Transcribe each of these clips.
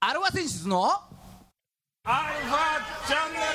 アルファセンシズのアルファチャンネル。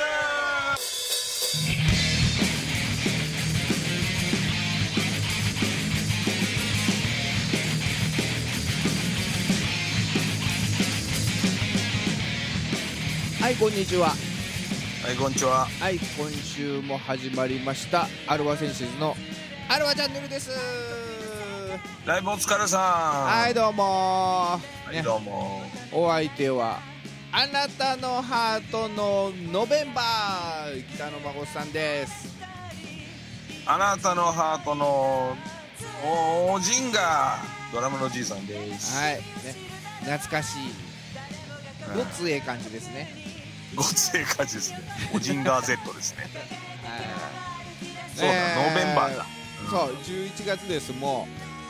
はい、こんにちは。 はい、こんにちは。 はい、今週も始まりましたアルファセンシズのアルファチャンネルです。 ライブお疲れさん。 はい、どうも、 はい、どうも。 お相手はあなたのハートのノベンバー北野誠さんです。 あなたのハートのおジンガードラムのじいさんです。 はい、ね、懐かしいごつええ感じですね。 ごつええ感じですね。おジンガー Z ですね。 はい、 そうだ、ノーベンバーだ。 そう、11月ですも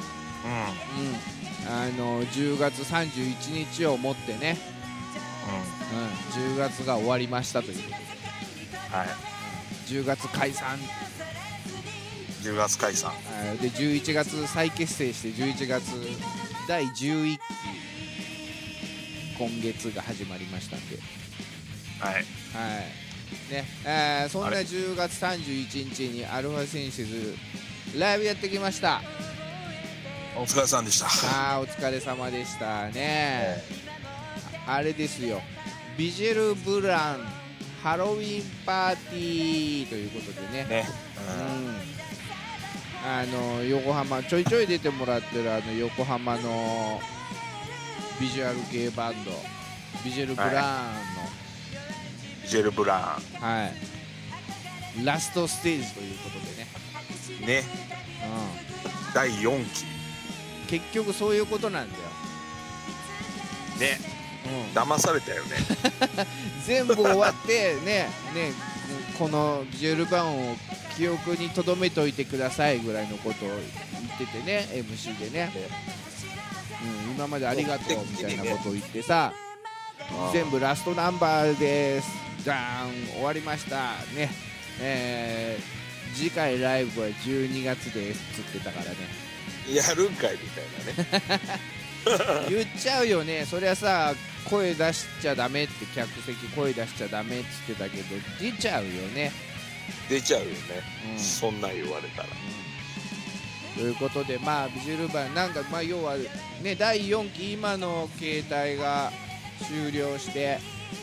う。10月31日をもってね、10月が終わりましたということで、 はい、 10月解散、 10月解散で11月再結成して11月第11期今月が始まりましたんで、 はい、 はいね、そんな10月31日にアルファセンシズライブやってきました。 お疲れさんでした。 お疲れ様でしたね。あれですよ、ビジェルブランハロウィンパーティーということでね、横浜ちょいちょい出てもらってる横浜のビジュアル系バンドビジェルブラーンの、 ビジェルブララストステージということでね、 第4期結局そういうことなんだよね。騙されたよね。 全部終わってねこのビジュアルバンを記憶に留めといてくださいぐらいのことを言っててね、 MC でね、今までありがとうみたいなことを言ってさ、全部ラストナンバーです、ダーン、終わりましたね。次回ライブは12月ですっつってたからね。 やるんかいみたいなね。 言っちゃうよね。そりゃさ、声出しちゃダメって、客席声出しちゃダメっつってたけど出ちゃうよね。 出ちゃうよね、そんなん言われたら、 ということで、ビジュアルバンなんか、要はね、第4期今の形態が終了して、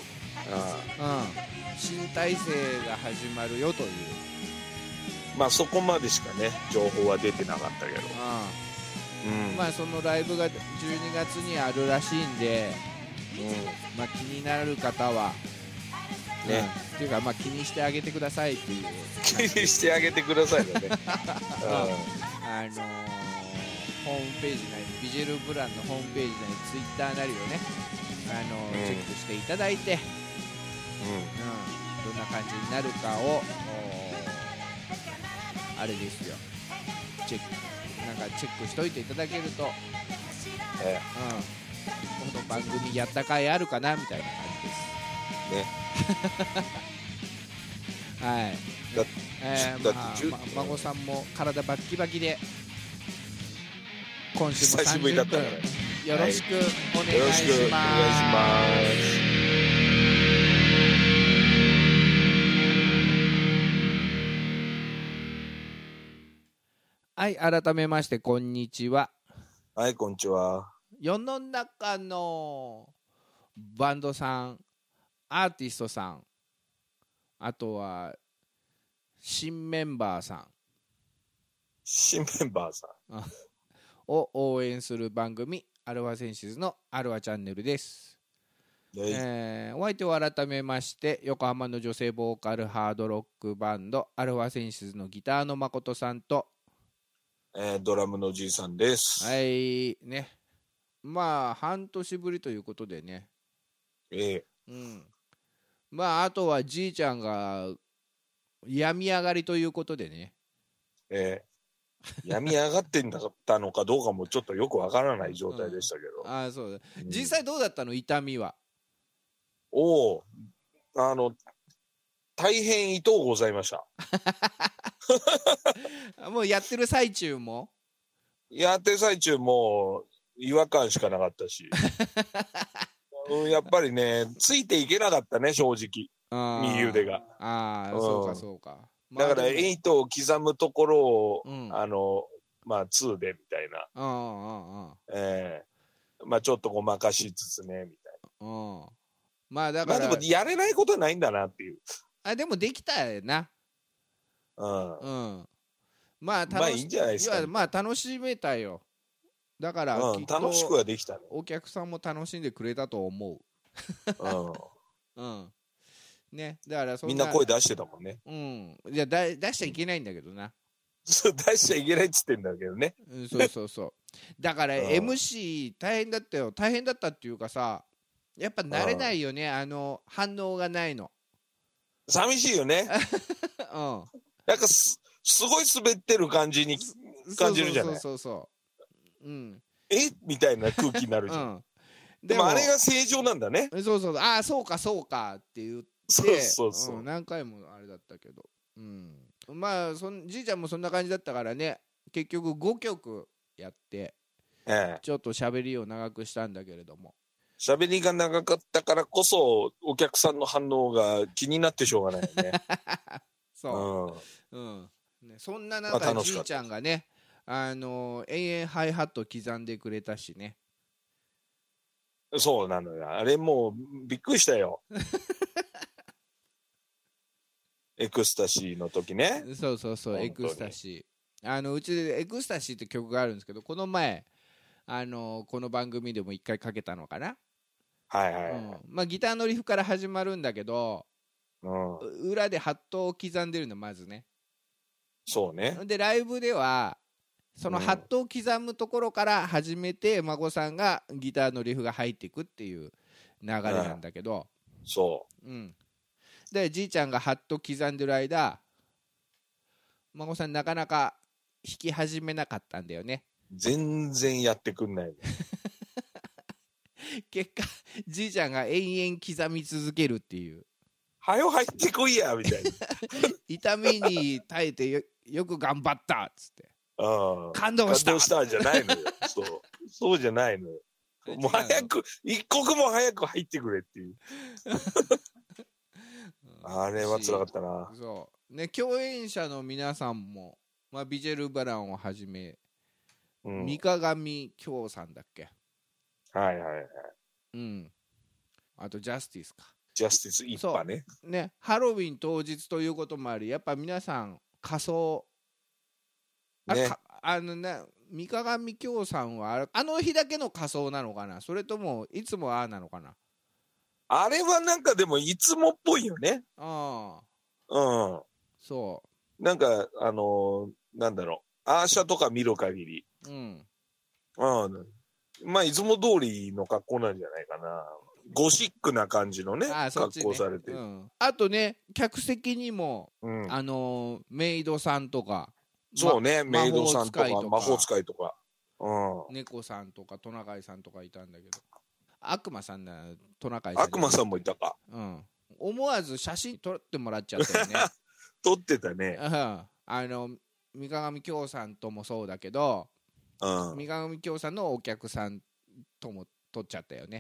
新体制が始まるよという、 そこまでしかね情報は出てなかったけど、 そのライブが12月にあるらしいんで、気になる方はね、っていうか気にしてあげてくださいっていう、 気にしてあげてくださいよね。 ホームページなりビジュアルブランのホームページなりツイッターなりをね、チェックしていただいて、どんな感じになるかをあれですよ、チェックしといていただけると、この番組やったかいあるかなみたいな感じですね。はい。孫さんも体バッキバキで今週も久しぶりだった 30 から分よろしくお願いします。 よろしくお願いします。 はい、改めましてこんにちは。 はい、こんにちは。 世の中のバンドさん、アーティストさん、あとは新メンバーさんを応援する番組、アルファセンシズのアルファチャンネルです。お相手を改めまして横浜の女性ボーカルハードロックバンドアルファセンシズのギターの誠さんと、 ドラムのじいさんです。 はいね、半年ぶりということでね、あとはじいちゃんが病み上がりということでね、 病み上がってんだったのかどうかもちょっとよくわからない状態でしたけど、 そうだ、実際どうだったの、痛みは。 大変痛うございました。 もうやってる最中も違和感しかなかったしやっぱりねついていけなかったね正直右腕が。 そうかそうか、 だから8を刻むところを、まあ2でみたいな、まあちょっとごまかしつつねみたいな。 まあだからまあでもやれないことはないんだなっていう。 でもできたよな。まあいいんじゃないですか。 まあ楽しめたよ。だからきっと楽しくはできたね。 お客さんも楽しんでくれたと思う。ね、だからみんな声出してたもんね。 いや出しちゃいけないんだけどな。 そう出しちゃいけないっつってんだけどね。 そうだから MC 大変だったよ。大変だったっていうかさ、やっぱ慣れないよね、反応がないの。 寂しいよね。なんかすごい滑ってる感じに感じるじゃない。みたいな空気になるじゃん。でもあれが正常なんだね。 そうかそうかって言って、何回もあれだったけど、まあじいちゃんもそんな感じだったからね。結局5曲やって、ちょっと喋りを長くしたんだけれども、 喋りが長かったからこそお客さんの反応が気になってしょうがないよね。 そんな中、じいちゃんがね延々ハイハット刻んでくれたしね。 そうなのよ。あれもうびっくりしたよ。エクスタシーの時ね。 そうエクスタシー。うちでエクスタシーって曲があるんですけど、この前この番組でも一回かけたのかな。まあギターのリフから始まるんだけど、裏でハットを刻んでるのまずね。 そうね。 でライブではそのハットを刻むところから始めて、孫さんがギターのリフが入っていくっていう流れなんだけど、でじいちゃんがハット刻んでる間、孫さんなかなか弾き始めなかったんだよね。 全然やってくんない。 結果じいちゃんが延々刻み続けるっていう。 はよ入ってこいやみたいな。痛みに耐えてよく頑張ったっつって、感動したじゃないのよ。そうじゃないのよ。もう早く一刻も早く入ってくれっていう。あれは辛かったな。 共演者の皆さんも、ビジェル・バランをはじめ、三鏡京さんだっけ。あとジャスティスか。 ジャスティス一派ね。 ハロウィン当日ということもあり、やっぱ皆さん仮装、三鏡京さんはあの日だけの仮装なのかな、それともいつもなのかな。 あれはなんかでもいつもっぽいよね。なんかなんだろう、アーシャとか見る限り、まあいつも通りの格好なんじゃないかな。ゴシックな感じのね格好されてる。 あとね、客席にもメイドさんとか、 メイドさんとか魔法使いとか、 猫さんとかトナカイさんとかいたんだけど、悪魔さんだ、トナカイさん。 悪魔さんもいたか。 思わず写真撮ってもらっちゃったよね。 撮ってたね。 三鏡京さんともそうだけど、三鏡京さんのお客さんとも撮っちゃったよね。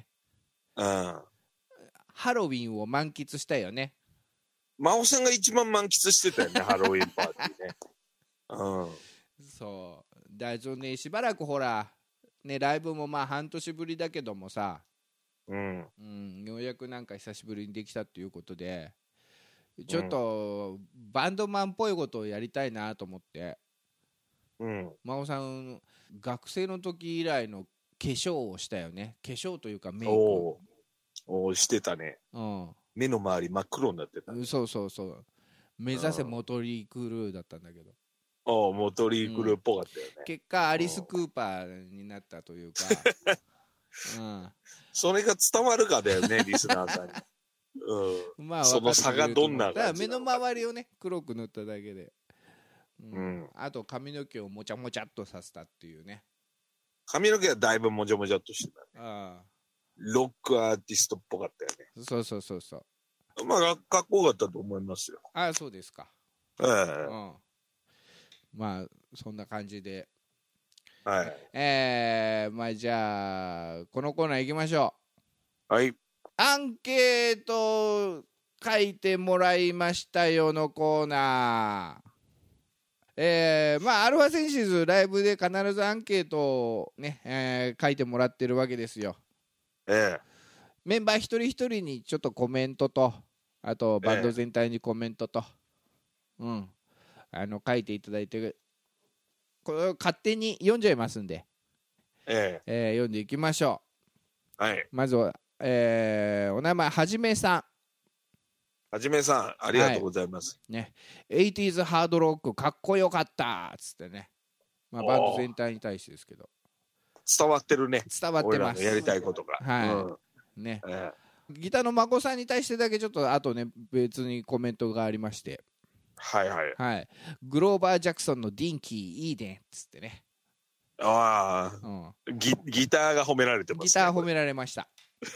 ハロウィンを満喫したよね。 真央さんが一番満喫してたよね、ハロウィンパーティーね。 大丈夫ね。しばらくほらね、ライブも半年ぶりだけどもさ、ようやくなんか久しぶりにできたっていうことで、ちょっとバンドマンっぽいことをやりたいなと思って、真央さん学生の時以来の化粧をしたよね。化粧というかメイクしてたね。目の周り真っ黒になってた。 目指せモトリー・クルーだったんだけど、 モトリー・クルーっぽかったよね。 結果アリス・クーパーになったというか、 それが伝わるかだよね、リスナーさんに。その差がどんな感じ。 目の周りをね黒く塗っただけで、あと髪の毛をもちゃもちゃっとさせたっていうね。 髪の毛はだいぶもじゃもじゃっとしてたね。ロックアーティストっぽかったよね。まあかっこよかったと思いますよ。 そうですか。まあそんな感じで、まあじゃあこのコーナー行きましょはい。 アンケート書いてもらいましたよのコーナー。まあアルファセンシズライブで必ずアンケートをね、書いてもらってるわけですよ。メンバー一人一人にちょっとコメントと、あとバンド全体にコメントと、書いていただいて、これを勝手に読んじゃいますんで、読んでいきましょう。はい。まずは、お名前はじめさん。 はじめさん、ありがとうございます。 ね、80s ハードロックかっこよかったっつってね、まあ、バンド全体に対してですけど、 伝わってるね。 伝わってます。 やりたいことが。 はい。ね。ギターの孫さんに対してだけちょっとあとね別にコメントがありまして、 はいはい。 はい。グローバー・ジャクソンのディンキーいいねっつってね。 ああ、ギターが褒められてますね。 ギター褒められました。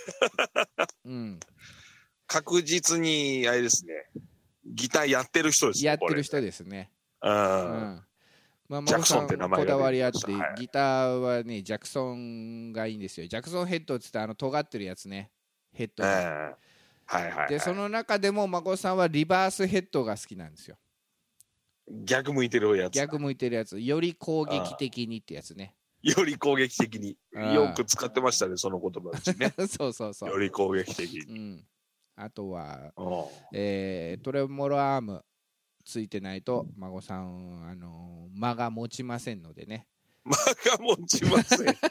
確実にあれですね。ギターやってる人ですね。 やってる人ですね。 まあ、ジャクソンって名前こだわりあって、ギターはねジャクソンがいいんですよ。ジャクソンヘッドっつって尖ってるやつね。ヘッドが。でその中でも孫さんはリバースヘッドが好きなんですよ。 逆向いてるやつ。 逆向いてるやつ。より攻撃的にってやつね。 より攻撃的に。よく使ってましたね、その言葉うちね。 そうそうそう。 より攻撃的に。 あとは、トレモロアームついてないと孫さん間が持ちませんのでね。 間が持ちません。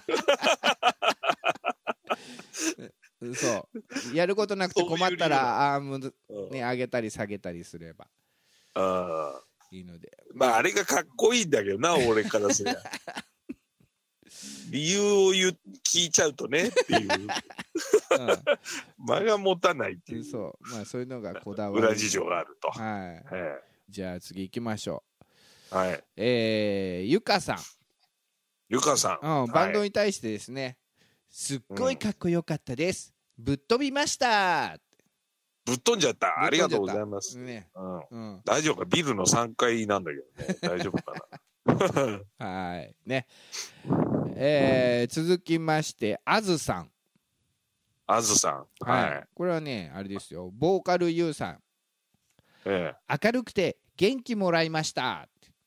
そうやることなくて困ったらアームね上げたり下げたりすればいいので、 まああれがかっこいいんだけどな、俺からすれば。理由を聞いちゃうとねっていう、間が持たないっていう、 まあそういうのがこだわり、 裏事情があると。 じゃあ次行きましょう。はい。 ゆかさん。 ゆかさん。 バンドに対してですね、すっごいかっこよかったです。ぶっ飛びました。 ぶっ飛んじゃった。ありがとうございます。大丈夫か、ビルの3階なんだけどね。大丈夫かな。 はいね。続きましてあずさん。 あずさん。はい。 これはねあれですよ。ボーカルユウさん。明るくて元気もらいました。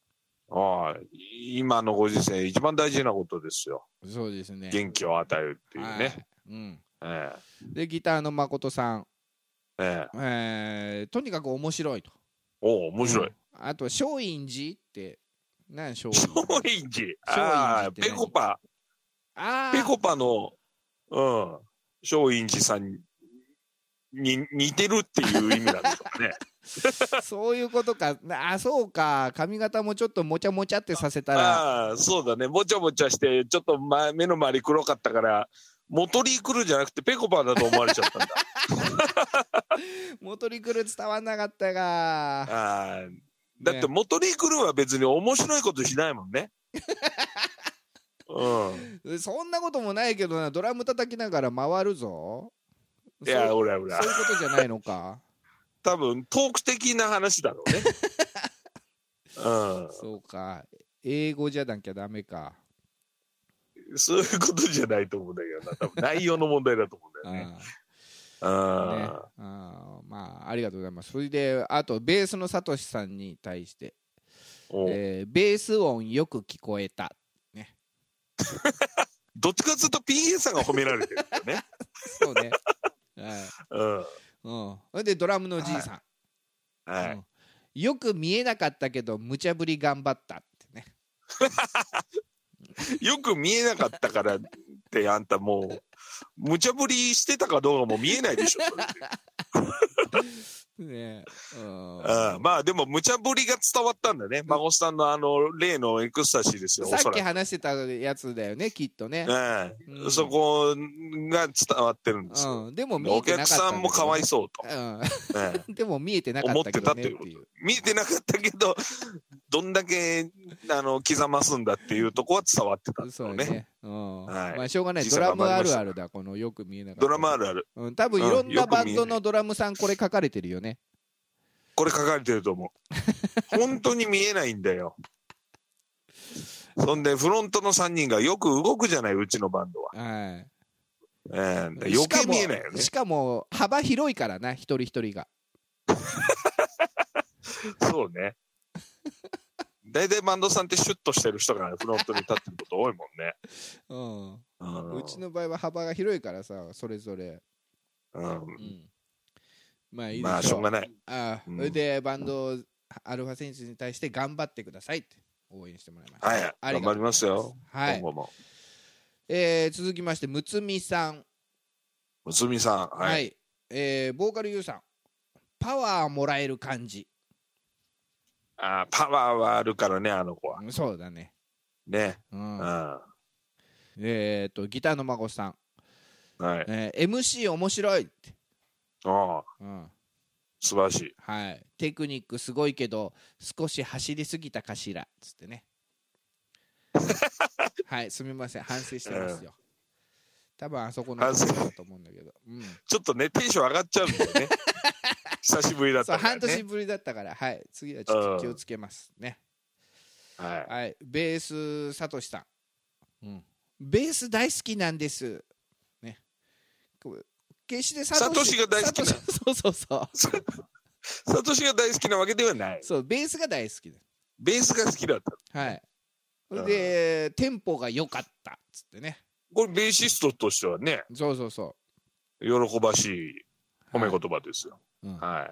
今のご時世一番大事なことですよ。 そうですね。 元気を与えるっていうね。 でギターの誠さん。とにかく面白いと。 面白い。 あと松陰寺って何松陰寺。ペコパ。ペコパの松陰寺さんに似てるっていう意味なんでしょうかね。 そういうことか。そうか。髪型もちょっともちゃもちゃってさせたら。 そうだね。もちゃもちゃしてちょっと目の周り黒かったからモトリークルじゃなくてペコパだと思われちゃったんだ。 モトリークル伝わんなかったが。 だってモトリークルは別に面白いことしないもんね。 そんなこともないけどな。ドラム叩きながら回るぞ。 いや、 そういうことじゃないのか。 多分トーク的な話だろうね。 そうか。英語じゃなきゃダメか。 そういうことじゃないと思うんだけどな。多分内容の問題だと思うんだよね。 まあありがとうございます。それであとベースのさとしさんに対して、ベース音よく聞こえたね。 どっちかというと PA さんが褒められてるんだよね。 そうね。それでドラムのじいさん、よく見えなかったけど無茶ぶり頑張ったってね。 よく見えなかったからってあんたもう無茶ぶりしてたかどうかも見えないでしょ。それね、まあでも無茶ぶりが伝わったんだね。孫さんの例のエクスタシーですよ。 さっき話してたやつだよね、きっとね。 そこが伝わってるんですよ。 でも見えてなかった、 お客さんもかわいそうと。 でも見えてなかったけどねっていう。 見えてなかったけどどんだけ刻ますんだっていうとこは伝わってたんですよね。 まあしょうがない。ドラムあるあるだ。このよく見えなかった。 ドラムあるある。 多分いろんなバンドのドラムさんこれ書かれてるよね。 これ書かれてると思う。本当に見えないんだよ。そんでフロントの3人がよく動くじゃない、うちのバンドは。 余計見えないよね。 しかも幅広いからな、一人一人が。 そうね。大体バンドさんってシュッとしてる人がフロントに立ってること多いもんね。 うちの場合は幅が広いからさ、それぞれ。まあいいでしょう。 まあしょうがない。 それでバンドアルファセンチに対して頑張ってくださいって応援してもらいました。 はい、頑張りますよ。 はい。 今後も。 続きましてむつみさん。 むつみさん。はい。 ボーカルユウさん。パワーもらえる感じ。 パワーはあるからね、あの子は。 そうだね。 ね。 ギターの孫さん。 はい。 MC 面白いって。 素晴らしい。 はい。テクニックすごいけど少し走りすぎたかしらつってね。はい、すみません、反省してますよ。多分あそこの話だと思うんだけど、 ちょっとねテンション上がっちゃうんだよね。久しぶりだったからね。 半年ぶりだったから、はい、次はちょっと気をつけますね。はい、ベースさとしさん、ベース大好きなんですね。決してサトシが大好きなそうサトシが大好きなわけではない。 そう、ベースが大好きだ。 ベースが好きだった。 はい。でテンポが良かったっつってね。 これベーシストとしてはね、 そう喜ばしい褒め言葉ですよ。はい。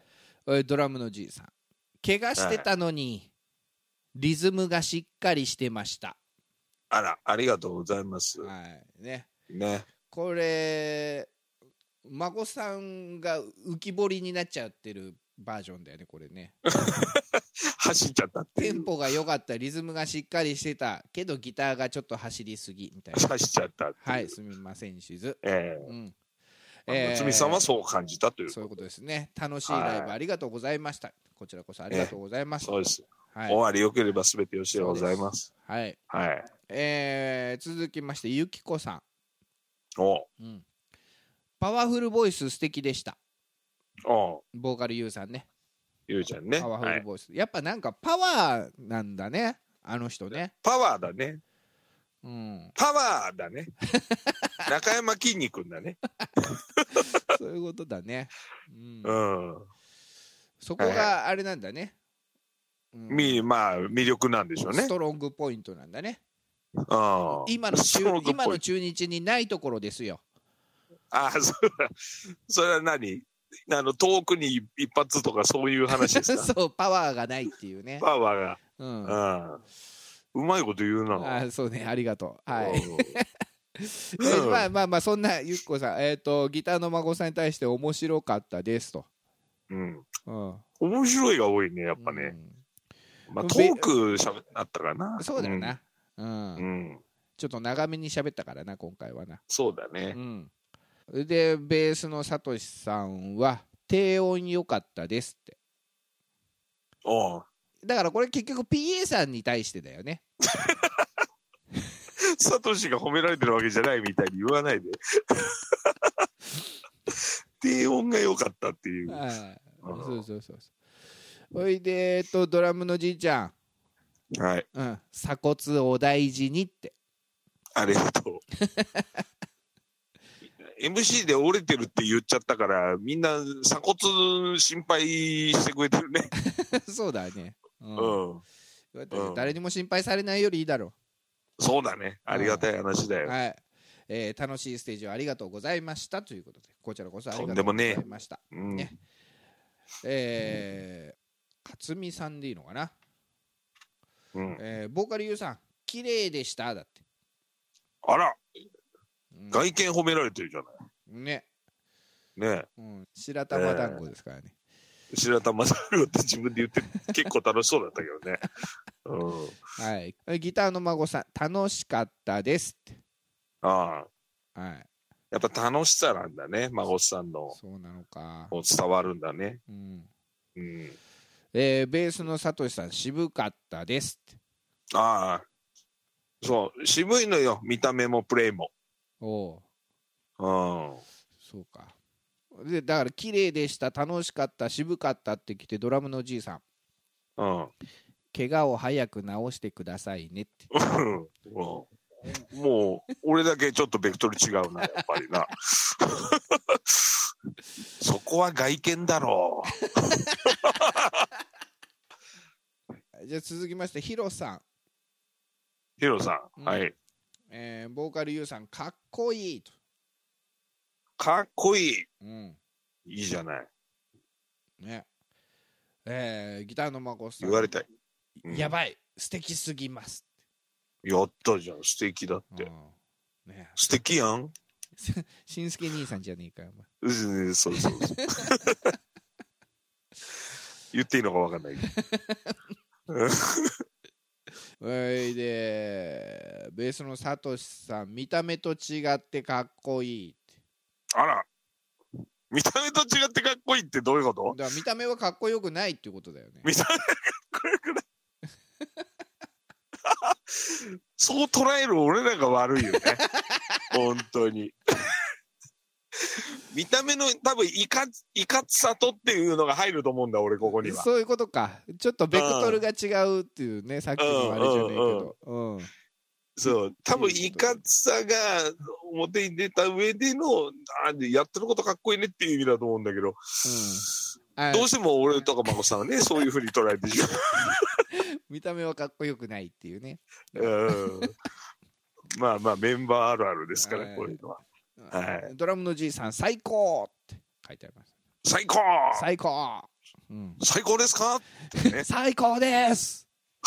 ドラムのじいさん、怪我してたのに、リズムがしっかりしてました。 ありがとうございます。 ね。これ孫さんが浮き彫りになっちゃってるバージョンだよね、これね。 走っちゃったっていう。 テンポが良かった、リズムがしっかりしてたけどギターがちょっと走りすぎみたいな。 走っちゃったっていう。 はい、すみませんしず。 むつみさんはそう感じたという。 そういうことですね。楽しいライブありがとうございました。こちらこそありがとうございます。 そうです。終わりよければすべてよしでございます。 はい。続きましてゆきこさん。パワフルボイス素敵でした。ボーカルゆうさんね。 ゆうちゃんね。 パワフルボイス。やっぱなんかパワーなんだね、あの人ね。 パワーだね。パワーだね。中山きんに君だね。 そういうことだね。そこがあれなんだね。 まあ魅力なんでしょうね。 ストロングポイントなんだね。今の中日にないところですよ。 それは何？遠くに一発とかそういう話ですか？ そう、パワーがないっていうね。 パワーが。うまいこと言うな。 そうね、ありがとう。はい。まあそんなゆっこさん、ギターの孫さんに対して面白かったですと。 面白いが多いね、やっぱね。まあトークあったかな。 そうだよな。ちょっと長めに喋ったからな、今回はな。 そうだね。 でベースのさとしさんは低音良かったですって。だからこれ結局 PA さんに対してだよね。 サトシが褒められてるわけじゃないみたいに言わないで。低音が良かったっていう。そう。おいでドラムのじいちゃん。鎖骨お大事にって。 ありがとう。MC で折れてるって言っちゃったからみんな鎖骨心配してくれてるね。 そうだね。誰にも心配されないよりいいだろう。そうだね。ありがたい話だよ。 楽しいステージをありがとうございましたということで、こちらこそありがとうございました。勝美さんでいいのかな。ボーカルユウさん綺麗でしただって。 あら、外見褒められてるじゃないね。 白玉団子ですからね。 白玉団子って自分で言って結構楽しそうだったけどね。ギターの孫さん楽しかったですって。 やっぱ楽しさなんだね、孫さんの。 そうなのか。 伝わるんだね。 ベースのさとしさん渋かったですって。 そう渋いのよ、見た目もプレーも。 そうか。でだから綺麗でした、楽しかった、渋かったって来て、ドラムのおじいさん、怪我を早く治してくださいねって。 もう俺だけちょっとベクトル違うな、やっぱりな。そこは外見だろう。じゃあ続きましてヒロさん。 ヒロさん、はい。 ボーカルユウさん、かっこいいと。 かっこいい。 うん。 いいじゃない。 ね。ギターのまこさん。 言われたい。 やばい、素敵すぎます。 やったじゃん、素敵だって。ね、素敵やん。 しんすけ兄さんじゃねえかよ。 そうそうそう。言っていいのか分かんないけど。 でベースのサトシさん、見た目と違ってかっこいいって。 あら、見た目と違ってかっこいいってどういうこと？ だから見た目はかっこよくないっていうことだよね。 見た目がかっこよくない。そう捉える俺らが悪いよね。本当に。見た目の多分いかつさとっていうのが入ると思うんだ、俺ここには。 そういうことか。ちょっとベクトルが違うっていうね、さっきのあれじゃねえけど。 そう、多分いかつさが表に出た上でのやってることかっこいいねっていう意味だと思うんだけど、どうしても俺とか孫さんはね、そういうふうに捉えてしまう。 見た目はかっこよくないっていうね。 まあまあメンバーあるあるですから、こういうのは。 ドラムのじいさん、最高って書いてあります。 最高、 最高、 最高ですか、 ね、最高です。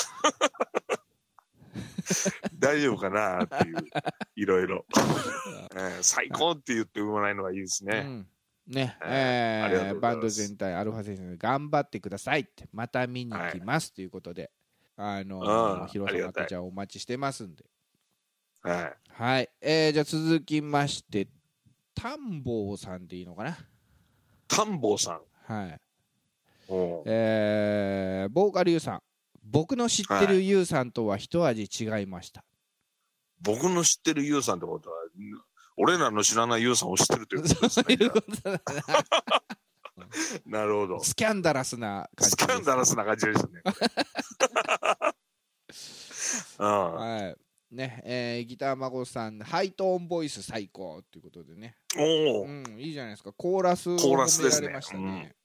大丈夫かなっていう、いろいろ。最高って言ってもらえるのがいいですね。 ね、バンド全体、アルファ先生頑張ってくださいって、また見に来ますということで、ヒロさんまたじゃあお待ちしてますんで。はい、じゃあ続きましてタンボウさんでいいのかな。 タンボウさん、 はい。ボーカルユウさん、僕の知ってるユウさんとは一味違いました。 僕の知ってるユウさんってことは俺らの知らないユウさんを知ってるということですね。そういうことだな。なるほど。 スキャンダラスな感じ。 スキャンダラスな感じですね。 はい。ね、ギター孫さん、ハイトーンボイス最高ということでね。いいじゃないですか。コーラスを褒められましたね。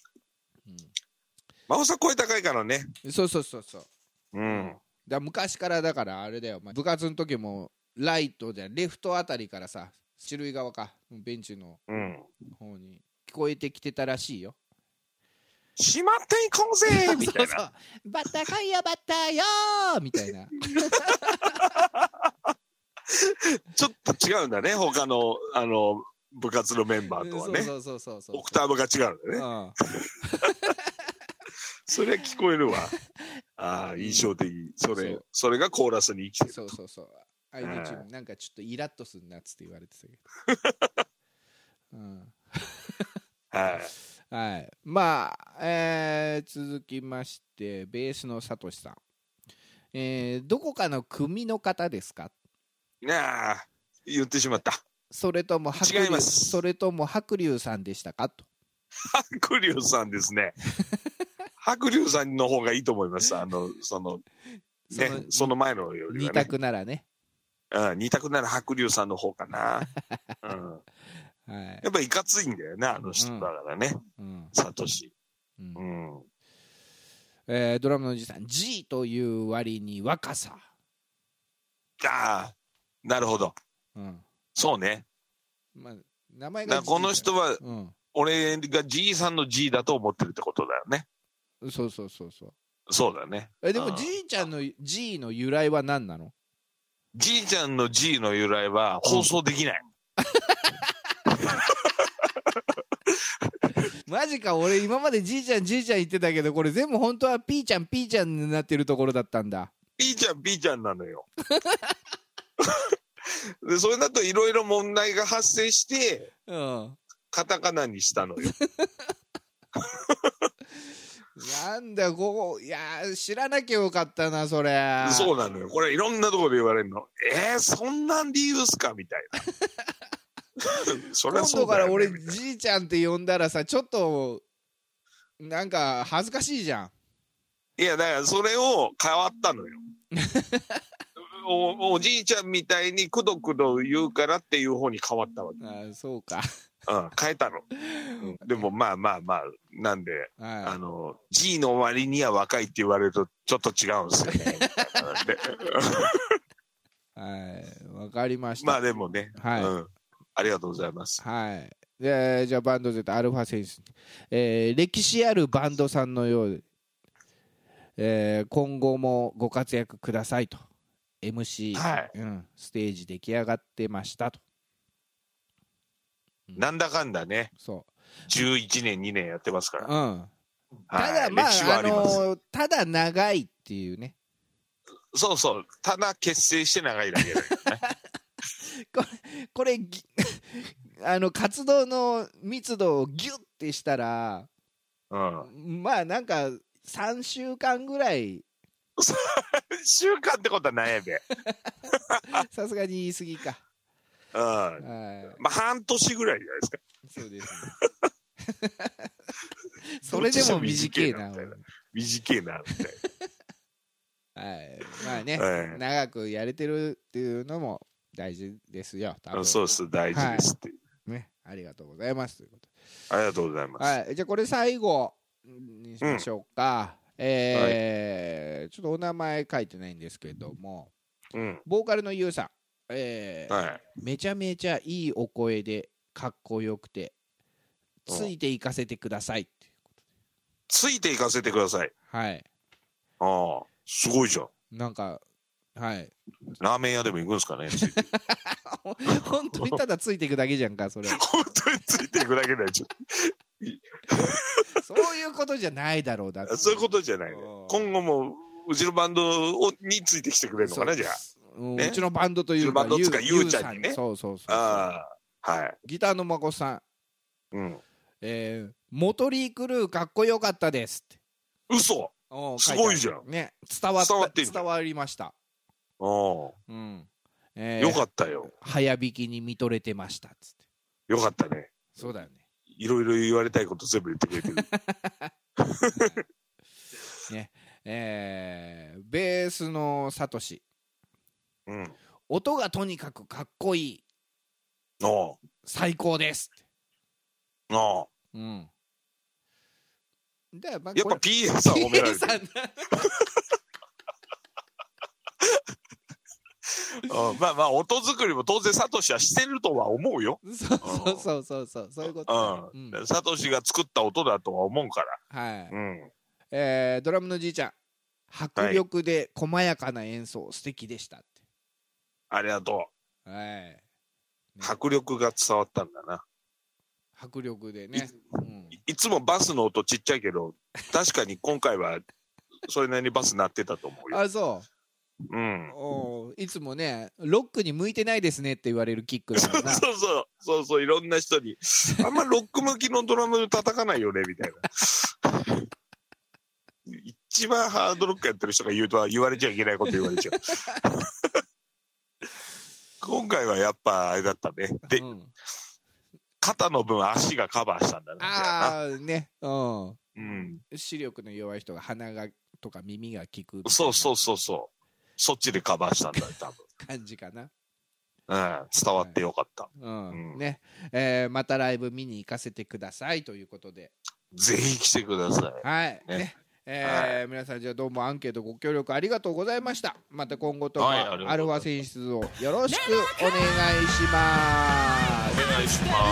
孫さん声高いからね。 そう。だ昔からだからあれだよ。部活の時もライトでレフトあたりからさ、一塁側かベンチの方に聞こえてきてたらしいよ。 しまっていこうぜみたいな。そうバッターかいやバッターよーみたいな。 ちょっと違うんだね、他の部活のメンバーとはね。 そうオクターブが違うんだね。それは聞こえるわ。印象的。それがコーラスに生きてる。 そう。相手チームなんかちょっとイラッとするなっつって言われてたけど。はい。まあ、続きましてベースのサトシさん、どこかの組の方ですか。 言ってしまった。 それとも違います。 それとも白龍さんでしたかと。 白龍さんですね。白龍さんの方がいいと思います。その前のよりはね。 二択ならね。 二択なら白龍さんの方かな。やっぱいかついんだよね、あの人だからね。サトシ。 ドラムのおじさん、G という割に若さ。 なるほど。そうね。 名前がこの人は、俺が G さんの G だと思ってるってことだよね。 そう。 そうだね。 でも G ちゃんの G の由来は何なの？ G ちゃんの G の由来は放送できない。 マジか。俺今までじいちゃん言ってたけど、これ全部本当はピーちゃんになってるところだったんだ。 ピーちゃんなのよ。でそれだといろいろ問題が発生して、カタカナにしたのよ。 なんだいや知らなきゃよかったなそれ。 そうなのよ。これいろんなところで言われるの。そんなん理由っすかみたいな。そりゃそうだよね。今度から俺じいちゃんって呼んだらさ、ちょっとなんか恥ずかしいじゃん。 いやだからそれを変わったのよ。 おじいちゃんみたいにくどくど言うからっていう方に変わったわけ。 あ、そうか。 変えたの。でもまあ、なんで、G の割には若いって言われるとちょっと違うんですよね。 はい、わかりました。 まあでもね、 はい、 ありがとうございます。 はい。じゃあバンド Z アルファセンス、歴史あるバンドさんのようで、今後もご活躍くださいと MC、ステージ出来上がってましたと。 なんだかんだね、 そう 11年2年やってますから、 ただまあ、ただ長いっていうね。 そうそう、ただ結成して長いだけだよね。 これ活動の密度をギュッてしたら、まあなんか3週間ぐらい。 3週間ってことはないやべ。 さすがに言い過ぎか。 まあ半年ぐらいじゃないですか。 そうですね。それでも短いな。 短いなみたいな。はい、まあね、長くやれてるっていうのも大事ですよ。 そうです、大事ですって。 ね、ありがとうございますということ。 ありがとうございます。 はい、じゃあこれ最後にしましょうか。ちょっとお名前書いてないんですけども、ボーカルのゆうさん、めちゃめちゃいいお声でかっこよくてついていかせてくださいっていうことで。 ついていかせてください。 はい。 ああ、すごいじゃん。 なんか、はい。 ラーメン屋でも行くんですかね。 本当にただついていくだけじゃんか、それ。 本当についていくだけだよ。 そういうことじゃないだろうだ。 そういうことじゃないね。今後もうちのバンドについてきてくれるのかな、じゃあ。 うちのバンドというか、 ゆうちゃんにね。 そうそうそう。 はい。 ギターのまこさん。モトリークルーかっこよかったですって。 嘘。すごいじゃん。 ね、伝わりました。 よかったよ。 早弾きに見とれてましたっつって。 よかったね。 そうだよね。 いろいろ言われたいこと全部言ってくれてる。 ね、ベースのサトシ。音がとにかくかっこいい。最高ですって。 やっぱ PA さん褒められてる。まあ音作りも当然サトシはしてるとは思うよ。 そういうこと。 サトシが作った音だとは思うから。 はい。ドラムのじいちゃん、迫力で細やかな演奏素敵でしたって。 ありがとう。はい。 迫力が伝わったんだな。 迫力でね。 いつもバスの音ちっちゃいけど、確かに今回はそれなりにバス鳴ってたと思うよ。 あ、そう。いつもね、ロックに向いてないですねって言われるキックだからな。 そう、いろんな人にあんまロック向きのドラム叩かないよねみたいな。一番ハードロックやってる人が言うとは言われちゃいけないこと言われちゃう。今回はやっぱあれだったね。で、肩の分足がカバーしたんだね。 ああね、視力の弱い人が鼻がとか耳が効く。 そう。そっちでカバーしたんだよ、多分。 感じかな。 伝わってよかった。 ね、またライブ見に行かせてくださいということで。 ぜひ来てください。 はい。ね。皆さんじゃあどうもアンケートご協力ありがとうございました。また今後ともアルファ選出をよろしくお願いします。 お願いします。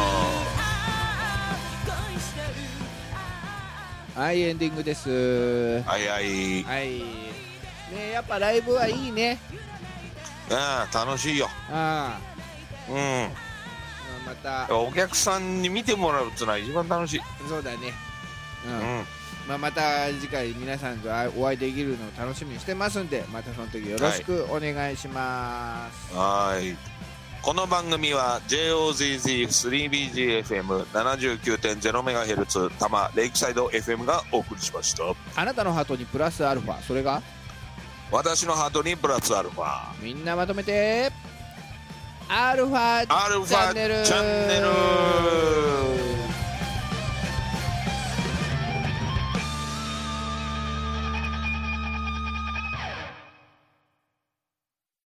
はい、エンディングです。 はい。 ね、やっぱライブはいいね。 楽しいよ。 またお客さんに見てもらうってのは一番楽しい。 そうだね。また次回皆さんとお会いできるのを楽しみにしてますんで、またその時よろしくお願いします。 この番組は JOZZ3BGFM79.0MHz 多摩レイクサイド FM がお送りしました。 あなたのハートにプラスアルファ、それが私のハートにプラスアルファ。 みんなまとめてアルファチャンネル。